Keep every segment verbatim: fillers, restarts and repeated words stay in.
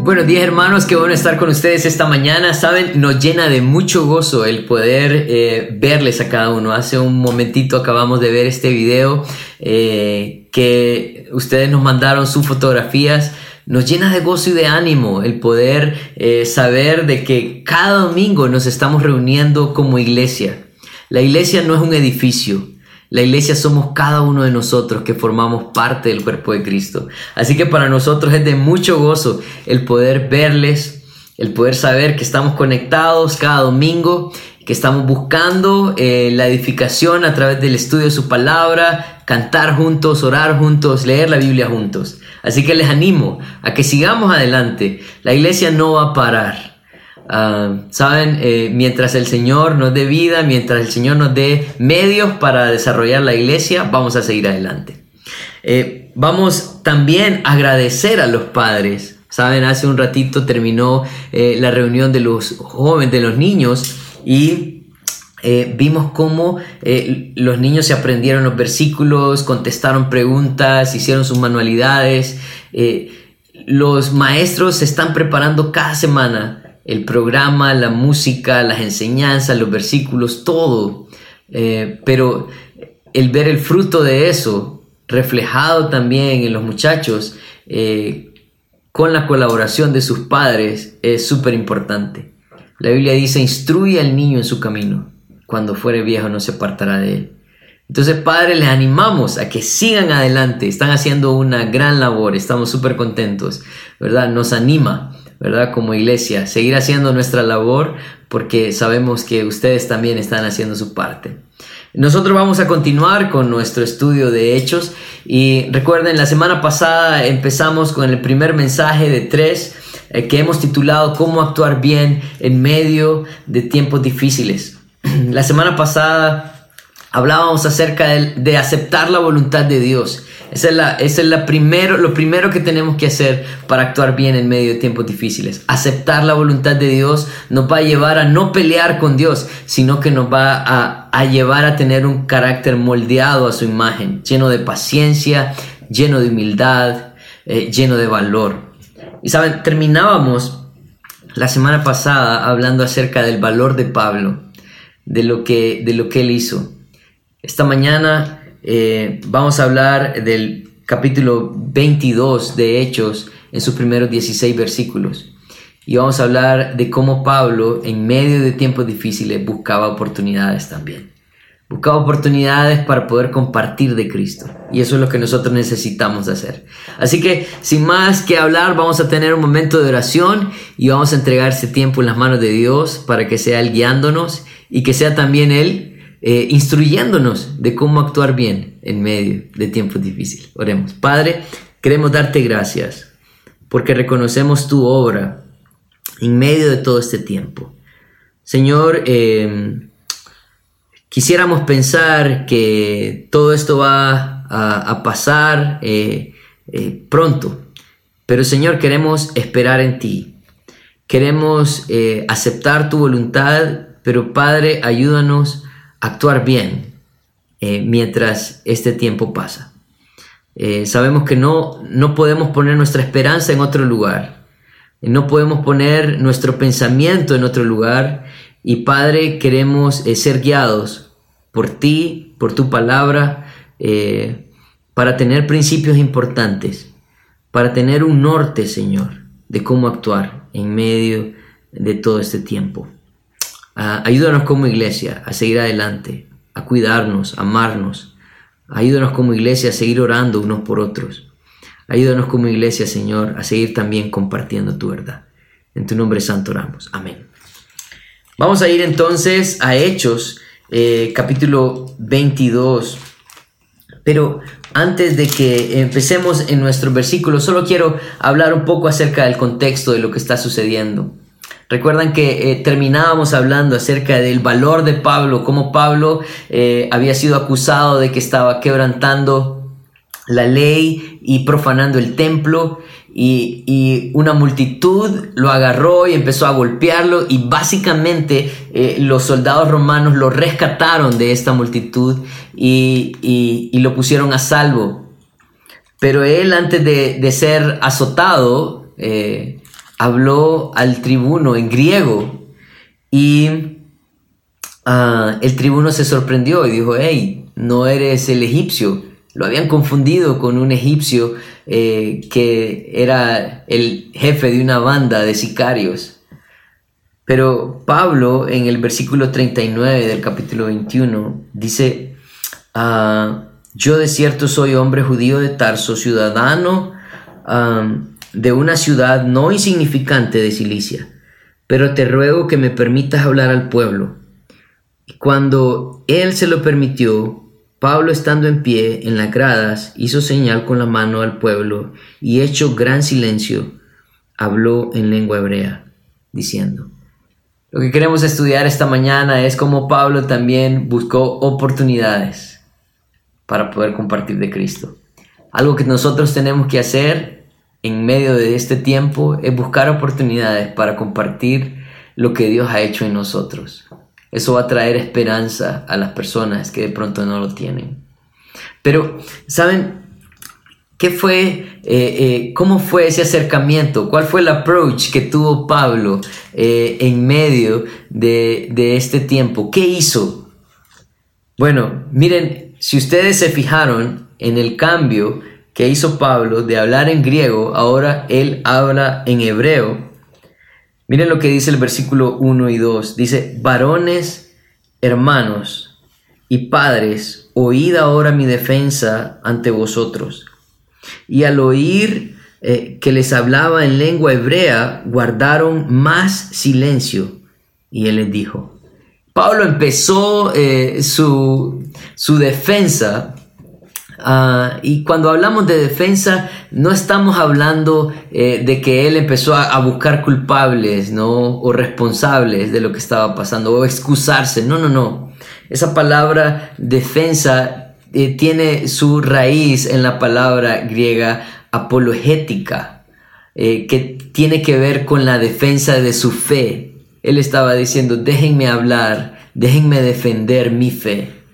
Buenos días, hermanos, qué bueno estar con ustedes esta mañana. Saben, nos llena de mucho gozo el poder eh, verles a cada uno. Hace un momentito acabamos de ver este video eh, que ustedes nos mandaron sus fotografías. Nos llena de gozo y de ánimo el poder eh, saber de que cada domingo nos estamos reuniendo como iglesia. La iglesia no es un edificio. La iglesia somos cada uno de nosotros que formamos parte del cuerpo de Cristo. Así que para nosotros es de mucho gozo el poder verles, el poder saber que estamos conectados cada domingo, que estamos buscando eh, la edificación a través del estudio de su palabra, cantar juntos, orar juntos, leer la Biblia juntos. Así que les animo a que sigamos adelante. La iglesia no va a parar. Uh, saben, eh, mientras el Señor nos dé vida, mientras el Señor nos dé medios para desarrollar la iglesia, vamos a seguir adelante. Eh, vamos también a agradecer a los padres. Saben, hace un ratito terminó eh, la reunión de los jóvenes, de los niños, y eh, vimos cómo eh, los niños se aprendieron los versículos, contestaron preguntas, hicieron sus manualidades. Eh, los maestros se están preparando cada semana. El programa, la música, las enseñanzas, los versículos, todo. Eh, pero el ver el fruto de eso reflejado también en los muchachos eh, con la colaboración de sus padres es súper importante. La Biblia dice: instruye al niño en su camino, cuando fuere viejo no se apartará de él. Entonces, padres, les animamos a que sigan adelante. Están haciendo una gran labor, estamos súper contentos, ¿verdad? Nos anima, ¿verdad? Como iglesia, seguir haciendo nuestra labor, porque sabemos que ustedes también están haciendo su parte. Nosotros vamos a continuar con nuestro estudio de Hechos, y recuerden, la semana pasada empezamos con el primer mensaje de tres eh, que hemos titulado ¿Cómo actuar bien en medio de tiempos difíciles? La semana pasada hablábamos acerca de, de aceptar la voluntad de Dios. Esa es, la, esa es la primero, lo primero que tenemos que hacer para actuar bien en medio de tiempos difíciles. Aceptar la voluntad de Dios nos va a llevar a no pelear con Dios, sino que nos va a, a llevar a tener un carácter moldeado a su imagen, lleno de paciencia, lleno de humildad, eh, lleno de valor. Y saben, terminábamos la semana pasada hablando acerca del valor de Pablo, de lo que, de lo que él hizo. Esta mañana eh, vamos a hablar del capítulo veintidós de Hechos en sus primeros dieciséis versículos. Y vamos a hablar de cómo Pablo, en medio de tiempos difíciles, buscaba oportunidades también. Buscaba oportunidades para poder compartir de Cristo. Y eso es lo que nosotros necesitamos hacer. Así que, sin más que hablar, vamos a tener un momento de oración y vamos a entregar este tiempo en las manos de Dios para que sea Él guiándonos y que sea también Él Eh, instruyéndonos de cómo actuar bien en medio de tiempos difíciles. Oremos. Padre, queremos darte gracias porque reconocemos tu obra en medio de todo este tiempo. Señor, eh, quisiéramos pensar que todo esto va a, a pasar eh, eh, pronto, pero Señor, queremos esperar en ti. Queremos eh, aceptar tu voluntad, pero Padre, ayúdanos actuar bien eh, mientras este tiempo pasa. Eh, sabemos que no, no podemos poner nuestra esperanza en otro lugar. No podemos poner nuestro pensamiento en otro lugar. Y Padre, queremos eh, ser guiados por ti, por tu palabra, eh, para tener principios importantes, para tener un norte, Señor, de cómo actuar en medio de todo este tiempo. Uh, ayúdanos como iglesia a seguir adelante, a cuidarnos, a amarnos. Ayúdanos como iglesia a seguir orando unos por otros. Ayúdanos como iglesia, Señor, a seguir también compartiendo tu verdad. En tu nombre santo oramos. Amén. Vamos a ir entonces a Hechos, eh, capítulo veintidós. Pero antes de que empecemos en nuestros versículos, solo quiero hablar un poco acerca del contexto de lo que está sucediendo. Recuerdan que eh, terminábamos hablando acerca del valor de Pablo, cómo Pablo eh, había sido acusado de que estaba quebrantando la ley y profanando el templo, y, y una multitud lo agarró y empezó a golpearlo, y básicamente eh, los soldados romanos lo rescataron de esta multitud y, y, y lo pusieron a salvo. Pero él, antes de, de ser azotado, eh, habló al tribuno en griego y uh, el tribuno se sorprendió y dijo, hey, no eres el egipcio. Lo habían confundido con un egipcio eh, que era el jefe de una banda de sicarios. Pero Pablo, en el versículo treinta y nueve del capítulo veintiuno, dice, uh, yo de cierto soy hombre judío de Tarso, ciudadano um, de una ciudad no insignificante de Cilicia, pero te ruego que me permitas hablar al pueblo. Y cuando él se lo permitió, Pablo, estando en pie en las gradas, hizo señal con la mano al pueblo y, hecho gran silencio, habló en lengua hebrea, diciendo. Lo que queremos estudiar esta mañana es cómo Pablo también buscó oportunidades para poder compartir de Cristo. Algo que nosotros tenemos que hacer en medio de este tiempo es buscar oportunidades para compartir lo que Dios ha hecho en nosotros. Eso va a traer esperanza a las personas que de pronto no lo tienen. Pero, ¿saben qué fue? Eh, eh, ¿Cómo fue ese acercamiento? ¿Cuál fue el approach que tuvo Pablo eh, en medio de, de este tiempo? ¿Qué hizo? Bueno, miren, si ustedes se fijaron en el cambio que hizo Pablo de hablar en griego, ahora él habla en hebreo. Miren lo que dice el versículo uno y dos. Dice, varones, hermanos y padres, oíd ahora mi defensa ante vosotros. Y al oír eh, que les hablaba en lengua hebrea, guardaron más silencio. Y él les dijo. Pablo empezó eh, su, su defensa. Uh, y cuando hablamos de defensa, no estamos hablando eh, de que él empezó a, a buscar culpables, ¿no? O responsables de lo que estaba pasando, o excusarse. No, no, no. Esa palabra defensa eh, tiene su raíz en la palabra griega apologética, eh, que tiene que ver con la defensa de su fe. Él estaba diciendo, déjenme hablar, déjenme defender mi fe.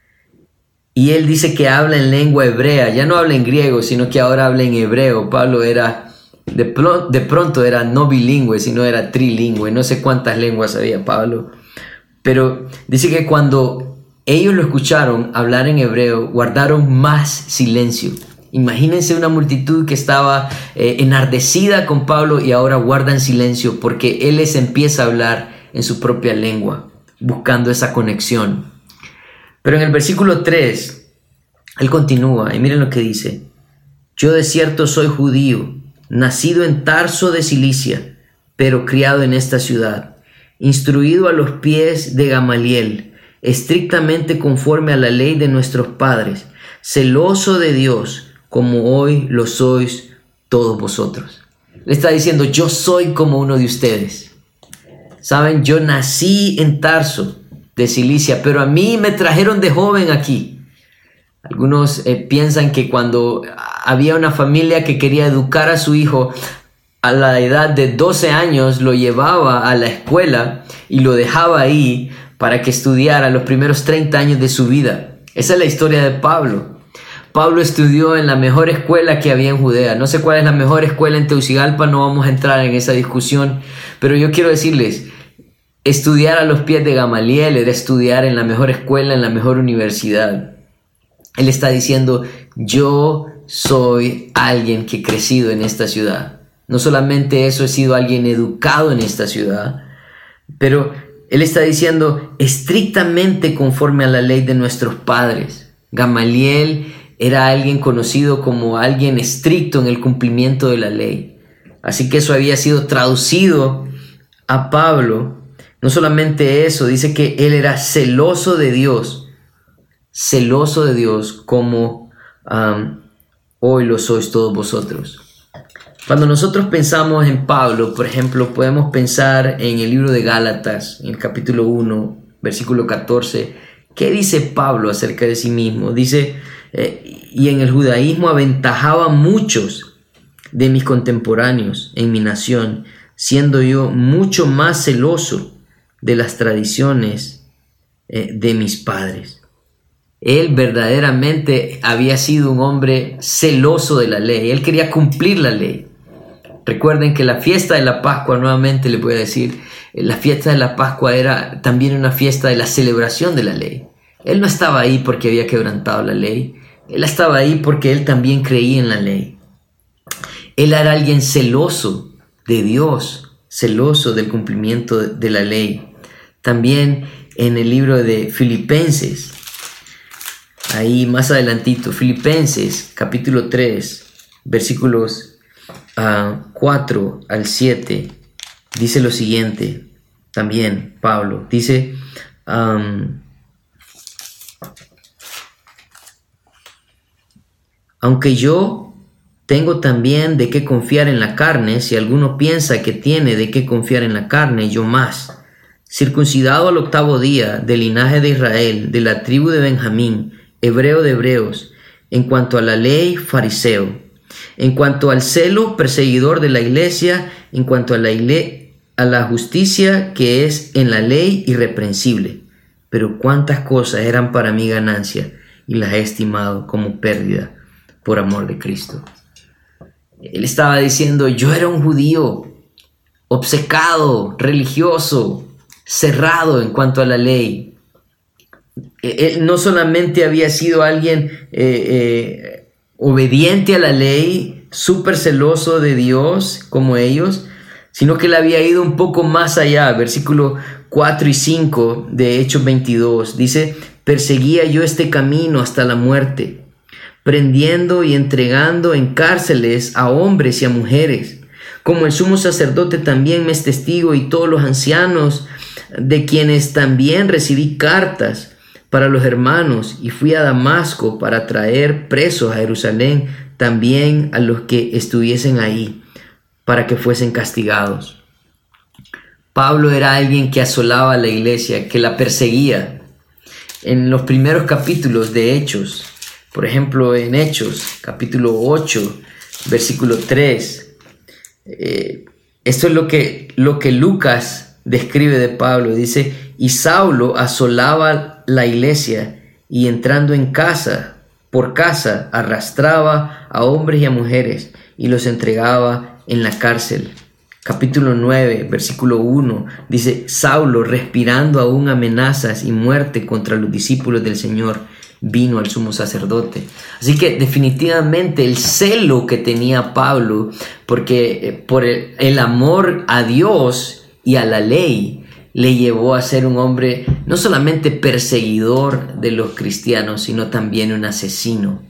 Y él dice que habla en lengua hebrea, ya no habla en griego, sino que ahora habla en hebreo. Pablo era, de, pronto, de pronto era no bilingüe, sino era trilingüe. No sé cuántas lenguas sabía Pablo. Pero dice que cuando ellos lo escucharon hablar en hebreo, guardaron más silencio. Imagínense una multitud que estaba eh, enardecida con Pablo y ahora guardan silencio porque él les empieza a hablar en su propia lengua, buscando esa conexión. Pero en el versículo tres, él continúa y miren lo que dice. Yo de cierto soy judío, nacido en Tarso de Cilicia, pero criado en esta ciudad, instruido a los pies de Gamaliel, estrictamente conforme a la ley de nuestros padres, celoso de Dios, como hoy lo sois todos vosotros. Le está diciendo, yo soy como uno de ustedes. Saben, yo nací en Tarso de Cilicia, pero a mí me trajeron de joven aquí. Algunos eh, piensan que cuando había una familia que quería educar a su hijo, a la edad de doce años lo llevaba a la escuela y lo dejaba ahí para que estudiara los primeros treinta años de su vida. Esa es la historia de Pablo. Pablo estudió en la mejor escuela que había en Judea. No sé cuál es la mejor escuela en Tegucigalpa, no vamos a entrar en esa discusión, pero yo quiero decirles, estudiar a los pies de Gamaliel era estudiar en la mejor escuela, en la mejor universidad. Él está diciendo, yo soy alguien que he crecido en esta ciudad. No solamente eso, he sido alguien educado en esta ciudad, pero él está diciendo, estrictamente conforme a la ley de nuestros padres. Gamaliel era alguien conocido como alguien estricto en el cumplimiento de la ley. Así que eso había sido traducido a Pablo. No solamente eso, dice que él era celoso de Dios, celoso de Dios como um, hoy lo sois todos vosotros. Cuando nosotros pensamos en Pablo, por ejemplo, podemos pensar en el libro de Gálatas, en el capítulo uno, versículo catorce. ¿Qué dice Pablo acerca de sí mismo? Dice, eh, y en el judaísmo aventajaba a muchos de mis contemporáneos en mi nación, siendo yo mucho más celoso de las tradiciones eh, de mis padres. Él verdaderamente había sido un hombre celoso de la ley. Él quería cumplir la ley. Recuerden que la fiesta de la Pascua, nuevamente les voy a decir, la fiesta de la Pascua era también una fiesta de la celebración de la ley. Él no estaba ahí porque había quebrantado la ley. Él estaba ahí porque él también creía en la ley. Él era alguien celoso de Dios, celoso del cumplimiento de la ley. También en el libro de Filipenses, ahí más adelantito, Filipenses capítulo tres, versículos uh, cuatro al siete, dice lo siguiente, también Pablo, dice, um, aunque yo tengo también de qué confiar en la carne, si alguno piensa que tiene de qué confiar en la carne, yo más. Circuncidado al octavo día, del linaje de Israel, de la tribu de Benjamín, hebreo de hebreos, en cuanto a la ley, fariseo, en cuanto al celo, perseguidor de la iglesia, en cuanto a la, ile- a la justicia que es en la ley, irreprensible. Pero cuántas cosas eran para mí ganancia, y las he estimado como pérdida por amor de Cristo. Él estaba diciendo, yo era un judío obcecado, religioso, cerrado en cuanto a la ley. Él no solamente había sido alguien eh, eh, obediente a la ley, súper celoso de Dios como ellos, sino que él había ido un poco más allá. Versículo cuatro y cinco de Hechos veintidós dice, perseguía yo este camino hasta la muerte, prendiendo y entregando en cárceles a hombres y a mujeres. Como el sumo sacerdote también me es testigo y todos los ancianos, de quienes también recibí cartas para los hermanos, y fui a Damasco para traer presos a Jerusalén también a los que estuviesen ahí, para que fuesen castigados. Pablo era alguien que asolaba a la iglesia, que la perseguía. En los primeros capítulos de Hechos, por ejemplo en Hechos capítulo ocho, versículo tres, eh, esto es lo que, lo que Lucas describe de Pablo. Dice, y Saulo asolaba la iglesia y entrando en casa por casa arrastraba a hombres y a mujeres y los entregaba en la cárcel. Capítulo nueve, versículo uno, dice, Saulo, respirando aún amenazas y muerte contra los discípulos del Señor, vino al sumo sacerdote. Así que definitivamente el celo que tenía Pablo, porque por el, el amor a Dios y a la ley, le llevó a ser un hombre no solamente perseguidor de los cristianos, sino también un asesino.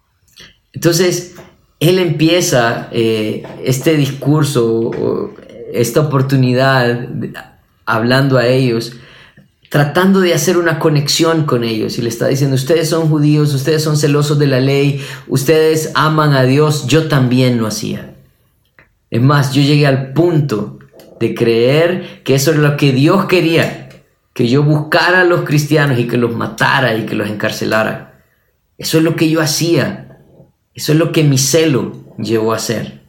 Entonces, él empieza eh, este discurso, esta oportunidad, hablando a ellos, tratando de hacer una conexión con ellos, y le está diciendo, ustedes son judíos, ustedes son celosos de la ley, ustedes aman a Dios, yo también lo hacía. Es más, yo llegué al punto de creer que eso es lo que Dios quería, que yo buscara a los cristianos y que los matara y que los encarcelara. Eso es lo que yo hacía, eso es lo que mi celo llevó a hacer.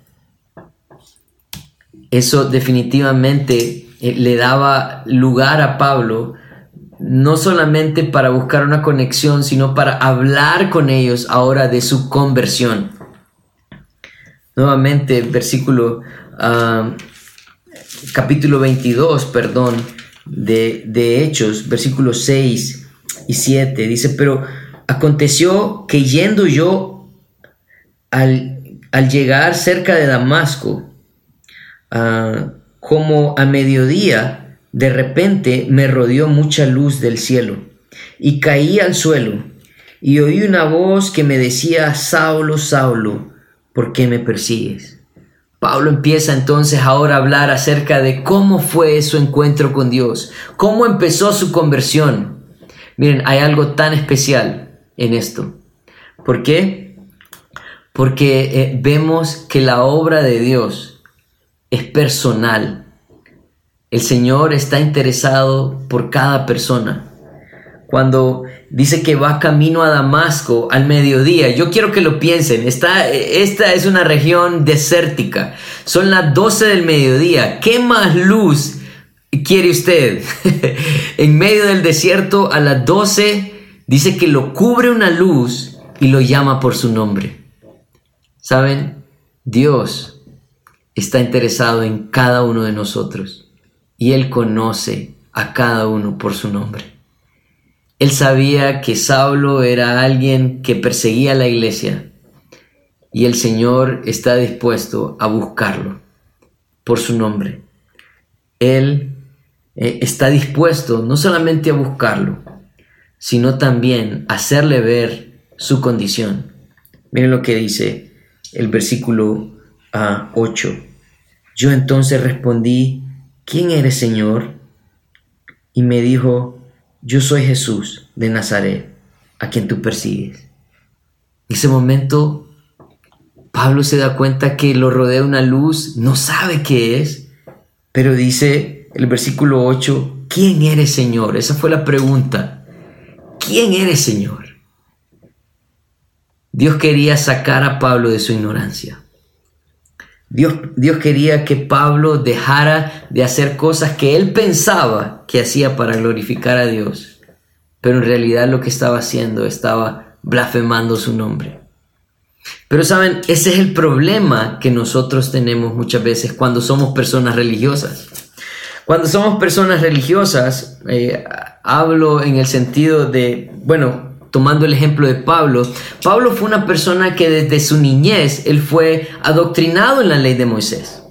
Eso definitivamente eh, le daba lugar a Pablo, no solamente para buscar una conexión, sino para hablar con ellos ahora de su conversión. Nuevamente, versículo, uh, capítulo veintidós, perdón, de, de Hechos, versículos seis y siete, dice, pero aconteció que yendo yo al, al llegar cerca de Damasco, uh, como a mediodía, de repente me rodeó mucha luz del cielo y caí al suelo y oí una voz que me decía, Saulo, Saulo, ¿por qué me persigues? Pablo empieza entonces ahora a hablar acerca de cómo fue su encuentro con Dios, cómo empezó su conversión. Miren, hay algo tan especial en esto. ¿Por qué? Porque eh, vemos que la obra de Dios es personal. El Señor está interesado por cada persona. Cuando dice que va camino a Damasco al mediodía, yo quiero que lo piensen. Esta, esta es una región desértica. Son las doce del mediodía. ¿Qué más luz quiere usted? En medio del desierto a las doce dice que lo cubre una luz y lo llama por su nombre. ¿Saben? Dios está interesado en cada uno de nosotros y Él conoce a cada uno por su nombre. Él sabía que Saulo era alguien que perseguía a la iglesia y el Señor está dispuesto a buscarlo por su nombre. Él eh, está dispuesto no solamente a buscarlo, sino también a hacerle ver su condición. Miren lo que dice el versículo uh, ocho. Yo entonces respondí, ¿quién eres, Señor? Y me dijo, yo soy Jesús de Nazaret, a quien tú persigues. En ese momento, Pablo se da cuenta que lo rodea una luz, no sabe qué es, pero dice el versículo ocho, ¿quién eres, Señor? Esa fue la pregunta. ¿Quién eres, Señor? Dios quería sacar a Pablo de su ignorancia. Dios, Dios quería que Pablo dejara de hacer cosas que él pensaba que hacía para glorificar a Dios, pero en realidad lo que estaba haciendo estaba blasfemando su nombre. Pero saben, ese es el problema que nosotros tenemos muchas veces cuando somos personas religiosas. Cuando somos personas religiosas, eh, hablo en el sentido de, bueno, tomando el ejemplo de Pablo, Pablo fue una persona que desde su niñez, él fue adoctrinado en la ley de Moisés.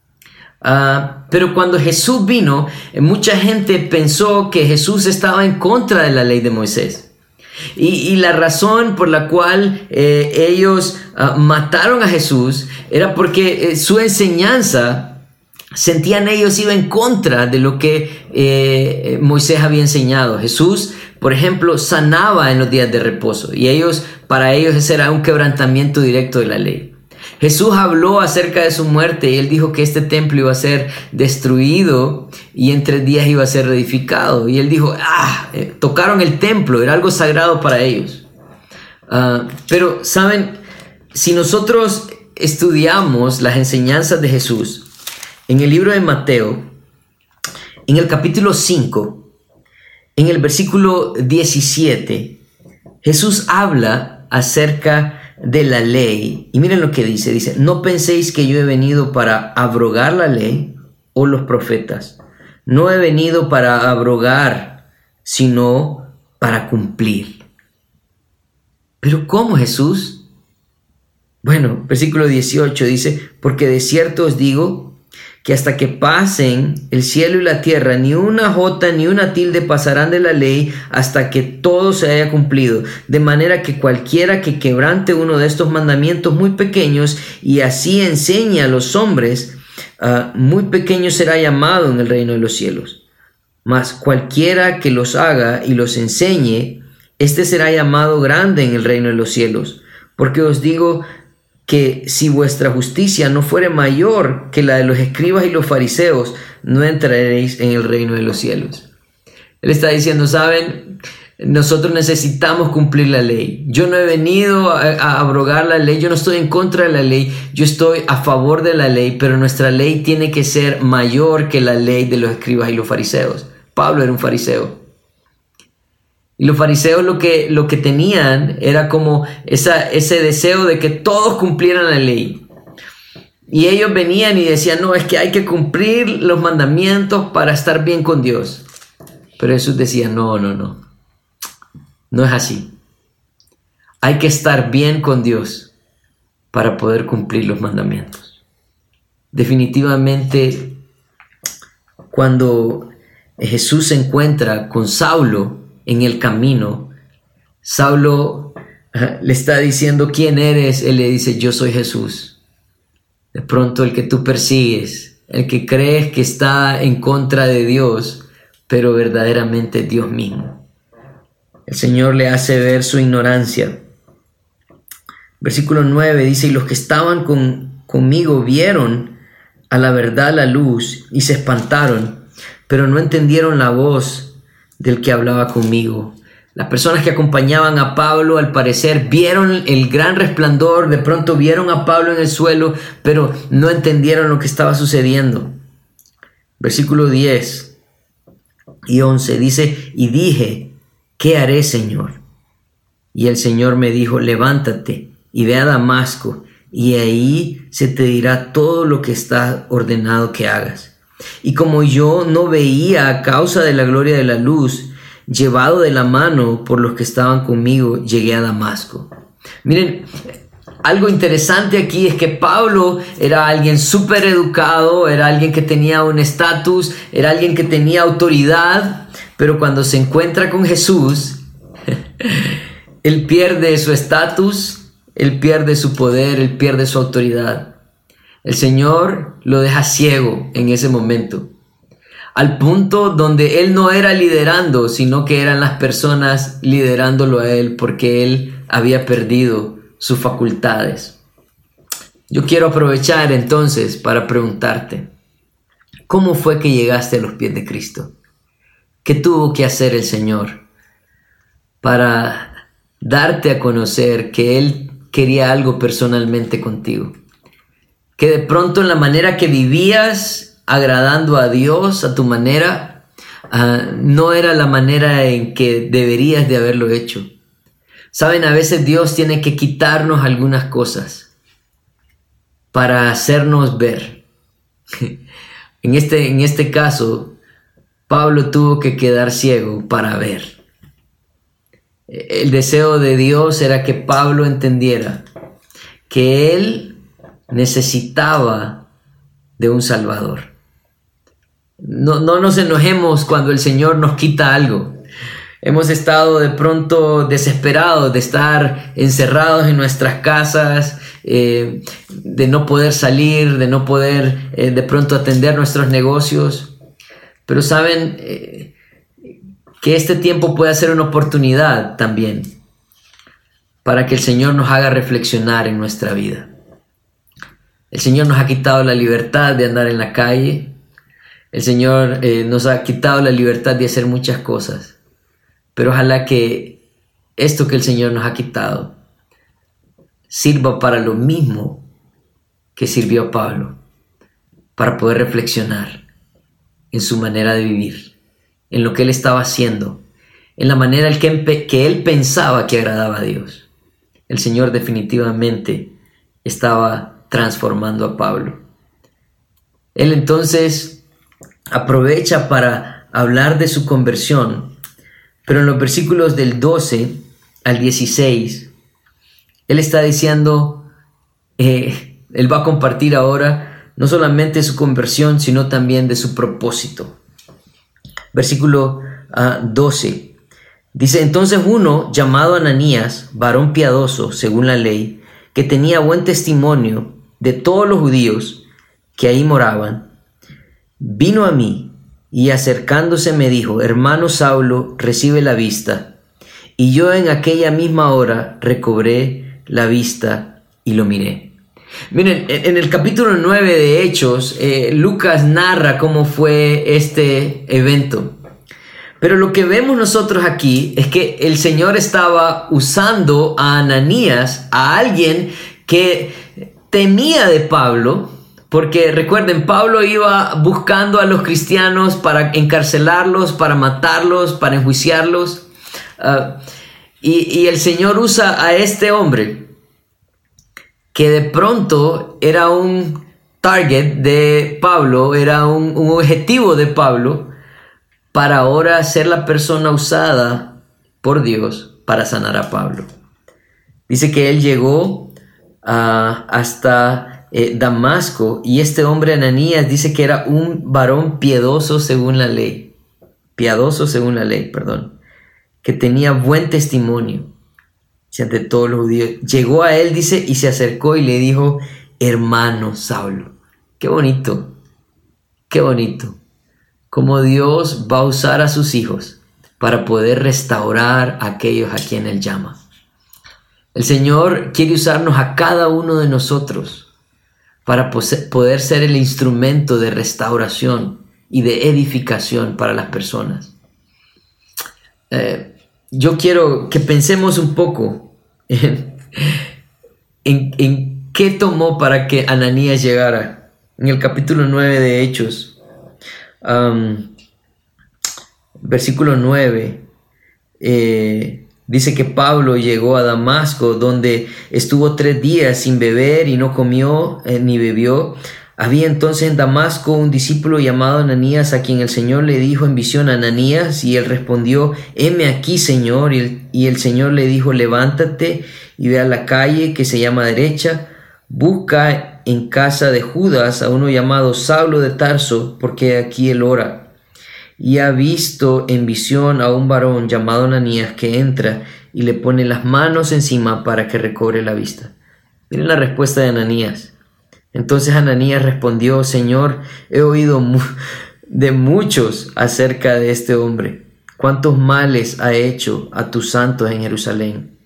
Uh, pero cuando Jesús vino, mucha gente pensó que Jesús estaba en contra de la ley de Moisés. Y, y la razón por la cual eh, ellos uh, mataron a Jesús era porque eh, su enseñanza, sentían ellos, iba en contra de lo que eh, Moisés había enseñado. Jesús, por ejemplo, sanaba en los días de reposo y ellos, para ellos ese era un quebrantamiento directo de la ley. Jesús habló acerca de su muerte y él dijo que este templo iba a ser destruido y en tres días iba a ser reedificado. Y él dijo, ah, eh, tocaron el templo, era algo sagrado para ellos. Uh, pero, ¿saben? Si nosotros estudiamos las enseñanzas de Jesús, en el libro de Mateo, en el capítulo cinco, en el versículo diecisiete, Jesús habla acerca de la ley. Y miren lo que dice. Dice, no penséis que yo he venido para abrogar la ley o los profetas. No he venido para abrogar, sino para cumplir. ¿Pero cómo, Jesús? Bueno, versículo dieciocho dice, porque de cierto os digo que hasta que pasen el cielo y la tierra, ni una jota ni una tilde pasarán de la ley hasta que todo se haya cumplido. De manera que cualquiera que quebrante uno de estos mandamientos muy pequeños y así enseñe a los hombres, uh, muy pequeño será llamado en el reino de los cielos. Mas cualquiera que los haga y los enseñe, este será llamado grande en el reino de los cielos. Porque os digo que si vuestra justicia no fuere mayor que la de los escribas y los fariseos, no entraréis en el reino de los cielos. Él está diciendo, ¿saben? Nosotros necesitamos cumplir la ley. Yo no he venido a, a abrogar la ley, yo no estoy en contra de la ley, yo estoy a favor de la ley, pero nuestra ley tiene que ser mayor que la ley de los escribas y los fariseos. Pablo era un fariseo. Y los fariseos lo que, lo que tenían era como esa, ese deseo de que todos cumplieran la ley. Y ellos venían y decían, no, es que hay que cumplir los mandamientos para estar bien con Dios. Pero Jesús decía, no, no, no. No es así. Hay que estar bien con Dios para poder cumplir los mandamientos. Definitivamente, cuando Jesús se encuentra con Saulo en el camino, Saulo uh, le está diciendo, ¿quién eres? Él le dice, yo soy Jesús. De pronto el que tú persigues, el que crees que está en contra de Dios, pero verdaderamente es Dios mismo. El Señor le hace ver su ignorancia. Versículo nueve dice, y los que estaban con, conmigo vieron a la verdad la luz y se espantaron, pero no entendieron la voz del que hablaba conmigo. Las personas que acompañaban a Pablo, al parecer, vieron el gran resplandor, de pronto vieron a Pablo en el suelo, pero no entendieron lo que estaba sucediendo. Versículo diez y once dice, y dije, ¿qué haré, Señor? Y el Señor me dijo, levántate y ve a Damasco, y ahí se te dirá todo lo que está ordenado que hagas. Y como yo no veía a causa de la gloria de la luz, llevado de la mano por los que estaban conmigo, llegué a Damasco. Miren, algo interesante aquí es que Pablo era alguien súper educado, era alguien que tenía un estatus, era alguien que tenía autoridad, pero cuando se encuentra con Jesús, él pierde su estatus, él pierde su poder, él pierde su autoridad. El Señor lo deja ciego en ese momento, al punto donde él no era liderando, sino que eran las personas liderándolo a él, porque él había perdido sus facultades. Yo quiero aprovechar entonces para preguntarte, ¿cómo fue que llegaste a los pies de Cristo? ¿Qué tuvo que hacer el Señor para darte a conocer que Él quería algo personalmente contigo? Que de pronto en la manera que vivías, agradando a Dios a tu manera, uh, no era la manera en que deberías de haberlo hecho. Saben, a veces Dios tiene que quitarnos algunas cosas para hacernos ver. En este, en este caso, Pablo tuvo que quedar ciego para ver. El deseo de Dios era que Pablo entendiera que él necesitaba de un Salvador. No, no nos enojemos cuando el Señor nos quita algo. Hemos estado de pronto desesperados de estar encerrados en nuestras casas, eh, de no poder salir, de no poder eh, de pronto atender nuestros negocios. Pero saben eh, que este tiempo puede ser una oportunidad también para que el Señor nos haga reflexionar en nuestra vida. El Señor nos ha quitado la libertad de andar en la calle. El Señor eh, nos ha quitado la libertad de hacer muchas cosas. Pero ojalá que esto que el Señor nos ha quitado sirva para lo mismo que sirvió a Pablo, para poder reflexionar en su manera de vivir, en lo que él estaba haciendo, en la manera en que, que él pensaba que agradaba a Dios. El Señor definitivamente estaba transformando a Pablo. Él entonces aprovecha para hablar de su conversión, pero en los versículos del doce al dieciséis, él está diciendo, eh, él va a compartir ahora no solamente su conversión, sino también de su propósito. Versículo uh, doce, dice, entonces uno llamado Ananías, varón piadoso según la ley, que tenía buen testimonio de todos los judíos que ahí moraban, vino a mí y acercándose me dijo, hermano Saulo, recibe la vista. Y yo en aquella misma hora recobré la vista y lo miré. Miren, en el capítulo nueve de Hechos, eh, Lucas narra cómo fue este evento. Pero lo que vemos nosotros aquí es que el Señor estaba usando a Ananías, a alguien que temía de Pablo, porque recuerden, Pablo iba buscando a los cristianos para encarcelarlos, para matarlos, para enjuiciarlos. Uh, y, y el Señor usa a este hombre que de pronto era un target de Pablo, era un, un objetivo de Pablo, para ahora ser la persona usada por Dios para sanar a Pablo. Dice que él llegó uh, hasta eh, Damasco, y este hombre Ananías dice que era un varón piadoso según la ley, piadoso según la ley, perdón, que tenía buen testimonio ante todos los judíos. Llegó a él, dice, y se acercó y le dijo, hermano Saulo. Qué bonito, qué bonito. Cómo Dios va a usar a sus hijos para poder restaurar a aquellos a quien Él llama. El Señor quiere usarnos a cada uno de nosotros para poder ser el instrumento de restauración y de edificación para las personas. Eh, yo quiero que pensemos un poco en, en, en qué tomó para que Ananías llegara. En el capítulo nueve de Hechos, Um, versículo nueve, eh, Dice que Pablo llegó a Damasco, donde estuvo tres días sin beber y no comió eh, ni bebió. Había entonces en Damasco un discípulo llamado Ananías, a quien el Señor le dijo en visión: Ananías, y él respondió: heme aquí, Señor. Y el, y el Señor le dijo: levántate y ve a la calle que se llama Derecha, busca en casa de Judas a uno llamado Saulo de Tarso, porque aquí él ora. Y ha visto en visión a un varón llamado Ananías que entra y le pone las manos encima para que recobre la vista. Miren la respuesta de Ananías. Entonces Ananías respondió: Señor, he oído mu- de muchos acerca de este hombre, cuántos males ha hecho a tus santos en Jerusalén.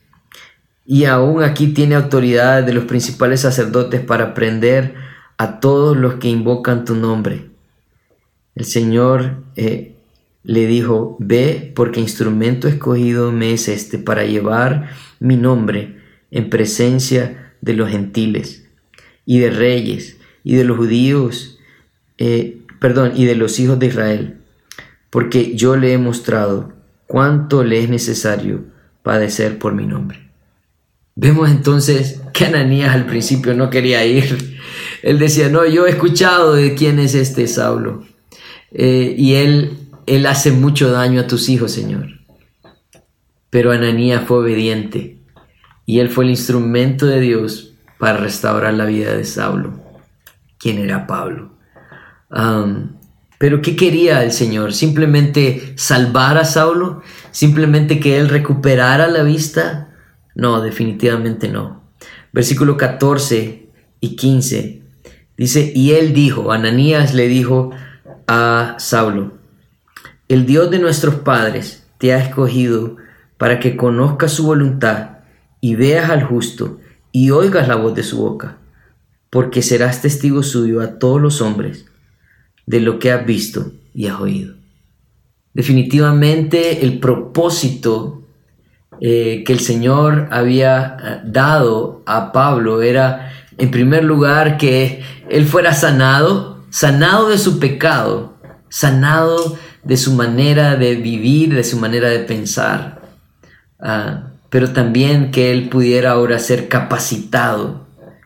Y aún aquí tiene autoridad de los principales sacerdotes para prender a todos los que invocan tu nombre. El Señor eh, le dijo: ve, porque instrumento escogido me es este para llevar mi nombre en presencia de los gentiles y de reyes y de los judíos, eh, perdón, y de los hijos de Israel, porque yo le he mostrado cuánto le es necesario padecer por mi nombre. Vemos entonces que Ananías al principio no quería ir. Él decía: no, yo he escuchado de quién es este Saulo. Eh, y él, él hace mucho daño a tus hijos, Señor. Pero Ananías fue obediente y él fue el instrumento de Dios para restaurar la vida de Saulo, quien era Pablo. Um, pero ¿qué quería el Señor? ¿Simplemente salvar a Saulo? ¿Simplemente que él recuperara la vista? No, definitivamente no. Versículo catorce y quince dice: y él dijo, Ananías le dijo a Saulo: el Dios de nuestros padres te ha escogido para que conozcas su voluntad y veas al justo y oigas la voz de su boca, porque serás testigo suyo a todos los hombres de lo que has visto y has oído. Definitivamente el propósito eh, que el Señor había dado a Pablo era, en primer lugar, que él fuera sanado, sanado de su pecado, sanado de su manera de vivir, de su manera de pensar, uh, pero también que él pudiera ahora ser capacitado.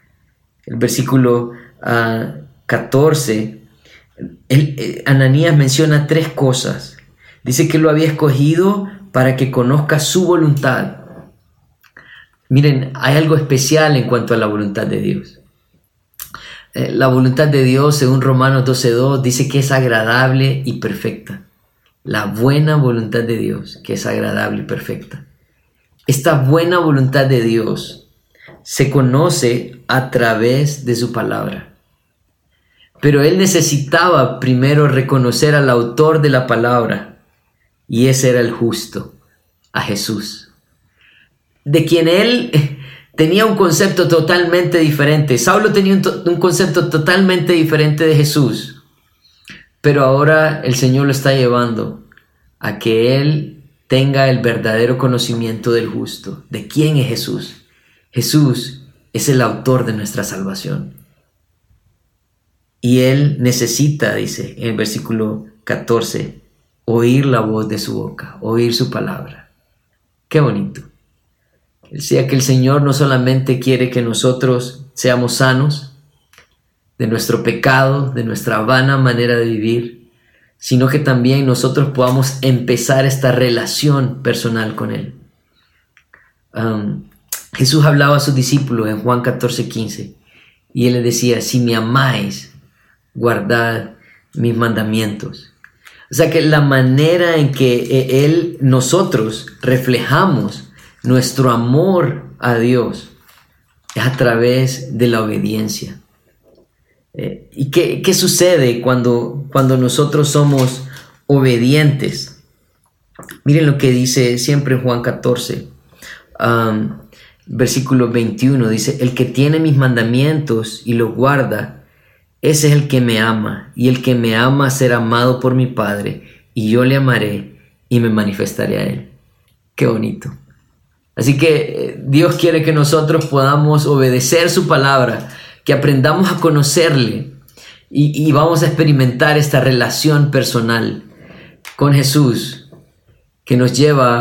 El versículo uh, catorce, el, eh, Ananías menciona tres cosas. Dice que lo había escogido para que conozca su voluntad. Miren, hay algo especial en cuanto a la voluntad de Dios. La voluntad de Dios, según Romanos doce dos, dice que es agradable y perfecta. La buena voluntad de Dios, que es agradable y perfecta. Esta buena voluntad de Dios se conoce a través de su palabra. Pero él necesitaba primero reconocer al autor de la palabra, y ese era el justo, a Jesús, de quien él tenía un concepto totalmente diferente. Saulo tenía un, to- un concepto totalmente diferente de Jesús, pero ahora el Señor lo está llevando a que él tenga el verdadero conocimiento del justo, de quién es Jesús. Jesús es el autor de nuestra salvación. Y él necesita, dice en el versículo catorce, oír la voz de su boca, oír su palabra. Qué bonito. Decía que el Señor no solamente quiere que nosotros seamos sanos de nuestro pecado, de nuestra vana manera de vivir, sino que también nosotros podamos empezar esta relación personal con Él. Um, Jesús hablaba a sus discípulos en Juan catorce quince y Él les decía: si me amáis, guardad mis mandamientos. O sea que la manera en que Él, nosotros reflejamos nuestro amor a Dios es a través de la obediencia. Eh, ¿Y qué, qué sucede cuando, cuando nosotros somos obedientes? Miren lo que dice siempre Juan catorce, um, versículo veintiuno. Dice: el que tiene mis mandamientos y los guarda, ese es el que me ama, y el que me ama será amado por mi Padre, y yo le amaré y me manifestaré a él. Qué bonito. Así que Dios quiere que nosotros podamos obedecer su palabra, que aprendamos a conocerle y, y vamos a experimentar esta relación personal con Jesús que nos lleva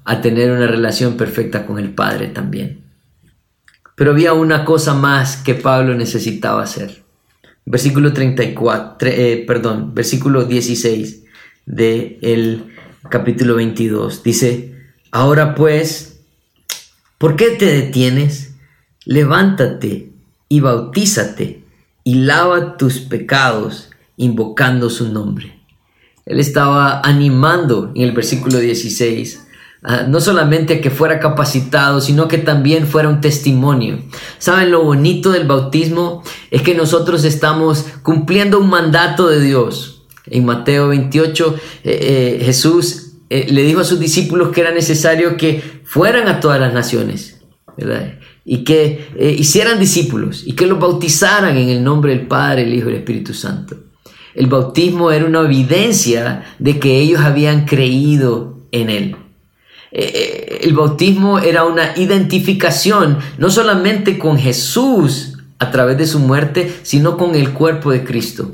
a tener una relación perfecta con el Padre también. Pero había una cosa más que Pablo necesitaba hacer. Versículo treinta y cuatro, eh, perdón, versículo dieciséis del capítulo veintidós. Dice: ahora pues, ¿por qué te detienes? Levántate y bautízate y lava tus pecados invocando su nombre. Él estaba animando en el versículo dieciséis, uh, no solamente a que fuera capacitado, sino que también fuera un testimonio. ¿Saben lo bonito del bautismo? Es que nosotros estamos cumpliendo un mandato de Dios. En Mateo veintiocho, eh, eh, Jesús eh, le dijo a sus discípulos que era necesario que fueran a todas las naciones, ¿verdad? Y que eh, hicieran discípulos y que los bautizaran en el nombre del Padre, el Hijo y el Espíritu Santo. El bautismo era una evidencia de que ellos habían creído en Él. Eh, el bautismo era una identificación no solamente con Jesús a través de su muerte, sino con el cuerpo de Cristo.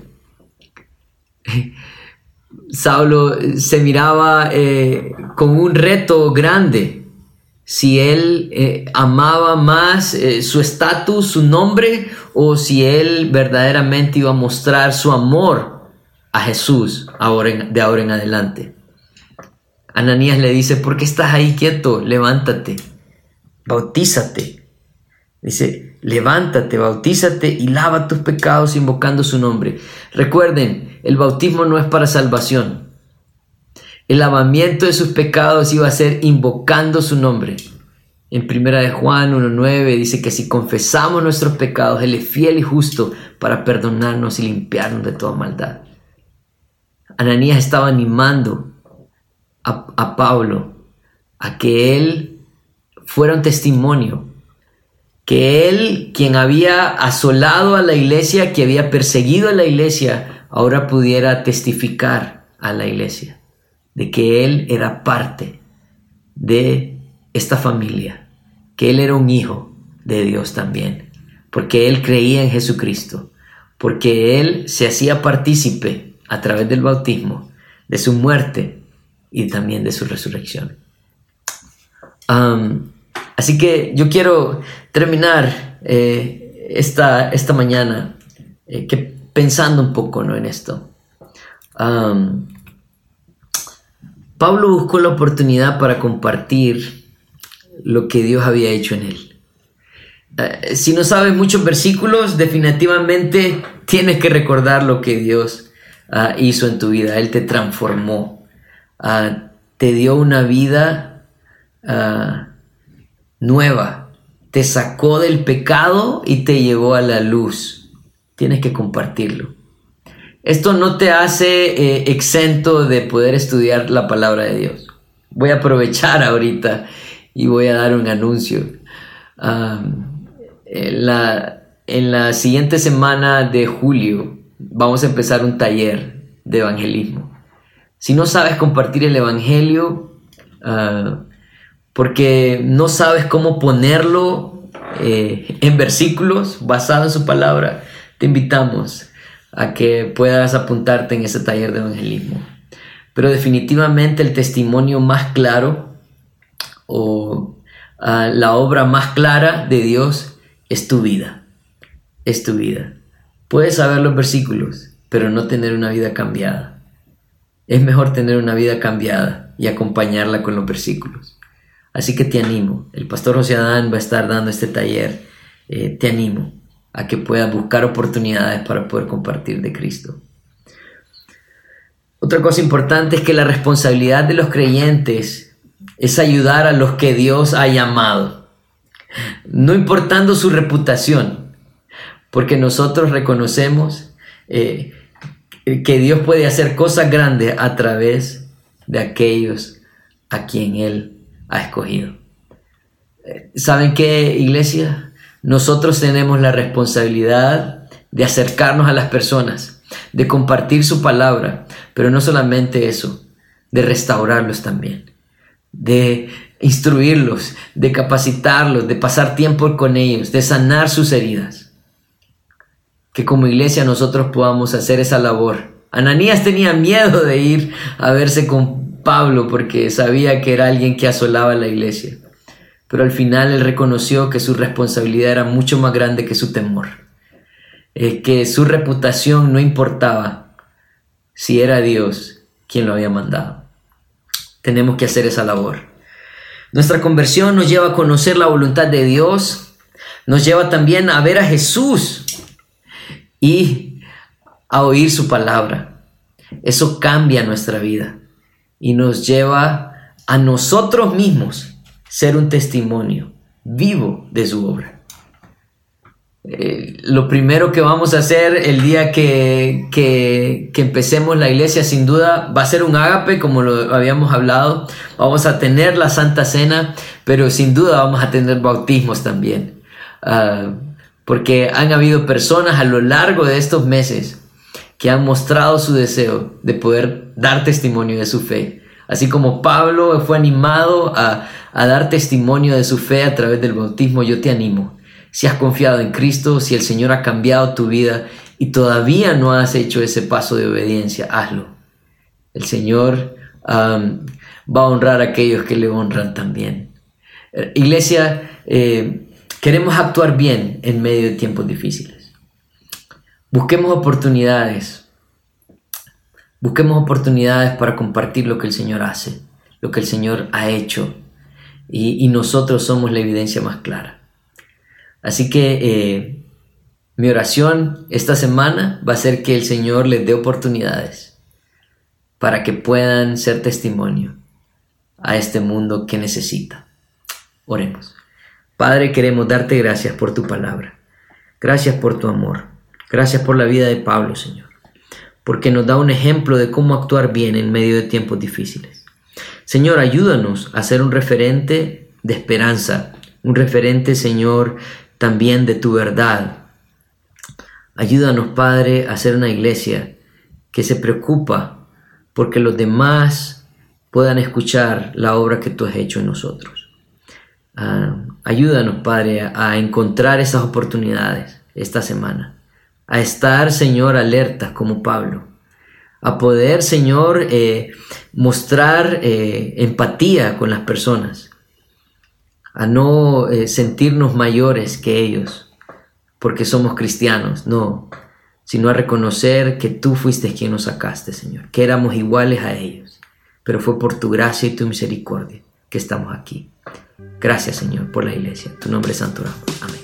Saulo se miraba eh, con un reto grande. Si él eh, amaba más eh, su estatus, su nombre, o si él verdaderamente iba a mostrar su amor a Jesús ahora en, de ahora en adelante. Ananías le dice: ¿por qué estás ahí quieto? Levántate, bautízate. Dice: levántate, bautízate y lava tus pecados invocando su nombre. Recuerden, el bautismo no es para salvación. El lavamiento de sus pecados iba a ser invocando su nombre. En primera de Juan uno nueve dice que si confesamos nuestros pecados, Él es fiel y justo para perdonarnos y limpiarnos de toda maldad. Ananías estaba animando a, a Pablo a que él fuera un testimonio, que él, quien había asolado a la iglesia, que había perseguido a la iglesia, ahora pudiera testificar a la iglesia de que él era parte de esta familia, que él era un hijo de Dios también, porque él creía en Jesucristo, porque él se hacía partícipe a través del bautismo de su muerte y también de su resurrección. Um, así que yo quiero terminar eh, esta, esta mañana eh, que pensando un poco, ¿no?, en esto. Um, Pablo buscó la oportunidad para compartir lo que Dios había hecho en él. Uh, si no sabes muchos versículos, definitivamente tienes que recordar lo que Dios uh, hizo en tu vida. Él te transformó, uh, te dio una vida uh, nueva, te sacó del pecado y te llevó a la luz. Tienes que compartirlo. Esto no te hace eh, exento de poder estudiar la palabra de Dios. Voy a aprovechar ahorita y voy a dar un anuncio. Um, en, la, en la siguiente semana de julio vamos a empezar un taller de evangelismo. Si no sabes compartir el evangelio, uh, porque no sabes cómo ponerlo eh, en versículos basado en su palabra, te invitamos a que puedas apuntarte en ese taller de evangelismo. Pero definitivamente el testimonio más claro o uh, la obra más clara de Dios es tu vida. Es tu vida. Puedes saber los versículos, pero no tener una vida cambiada. Es mejor tener una vida cambiada y acompañarla con los versículos. Así que te animo. El pastor José Adán va a estar dando este taller. Eh, te animo a que puedas buscar oportunidades para poder compartir de Cristo. Otra cosa importante es que la responsabilidad de los creyentes es ayudar a los que Dios ha llamado, no importando su reputación, porque nosotros reconocemos eh, que Dios puede hacer cosas grandes a través de aquellos a quien Él ha escogido. ¿Saben qué, iglesia? Nosotros tenemos la responsabilidad de acercarnos a las personas, de compartir su palabra, pero no solamente eso, de restaurarlos también, de instruirlos, de capacitarlos, de pasar tiempo con ellos, de sanar sus heridas. Que como iglesia nosotros podamos hacer esa labor. Ananías tenía miedo de ir a verse con Pablo porque sabía que era alguien que asolaba la iglesia. Pero al final él reconoció que su responsabilidad era mucho más grande que su temor. Eh, que su reputación no importaba si era Dios quien lo había mandado. Tenemos que hacer esa labor. Nuestra conversión nos lleva a conocer la voluntad de Dios, nos lleva también a ver a Jesús y a oír su palabra. Eso cambia nuestra vida y nos lleva a nosotros mismos ser un testimonio vivo de su obra. Eh, lo primero que vamos a hacer el día que, que, que empecemos la iglesia, sin duda, va a ser un ágape, como lo habíamos hablado. Vamos a tener la Santa Cena, pero sin duda vamos a tener bautismos también. Uh, porque han habido personas a lo largo de estos meses que han mostrado su deseo de poder dar testimonio de su fe. Así como Pablo fue animado a, a dar testimonio de su fe a través del bautismo, yo te animo. Si has confiado en Cristo, si el Señor ha cambiado tu vida y todavía no has hecho ese paso de obediencia, hazlo. El Señor um, va a honrar a aquellos que le honran también. Eh, iglesia, eh, queremos actuar bien en medio de tiempos difíciles. Busquemos oportunidades. Busquemos oportunidades para compartir lo que el Señor hace, lo que el Señor ha hecho. Y, y nosotros somos la evidencia más clara. Así que eh, mi oración esta semana va a ser que el Señor les dé oportunidades para que puedan ser testimonio a este mundo que necesita. Oremos. Padre, queremos darte gracias por tu palabra. Gracias por tu amor. Gracias por la vida de Pablo, Señor, porque nos da un ejemplo de cómo actuar bien en medio de tiempos difíciles. Señor, ayúdanos a ser un referente de esperanza, un referente, Señor, también de tu verdad. Ayúdanos, Padre, a ser una iglesia que se preocupa porque los demás puedan escuchar la obra que tú has hecho en nosotros. Uh, ayúdanos, Padre, a, a encontrar esas oportunidades esta semana, a estar, Señor, alertas como Pablo, a poder, Señor, eh, mostrar eh, empatía con las personas, a no eh, sentirnos mayores que ellos porque somos cristianos, no, sino a reconocer que tú fuiste quien nos sacaste, Señor, que éramos iguales a ellos, pero fue por tu gracia y tu misericordia que estamos aquí. Gracias, Señor, por la iglesia. En tu nombre santo oramos. Amén.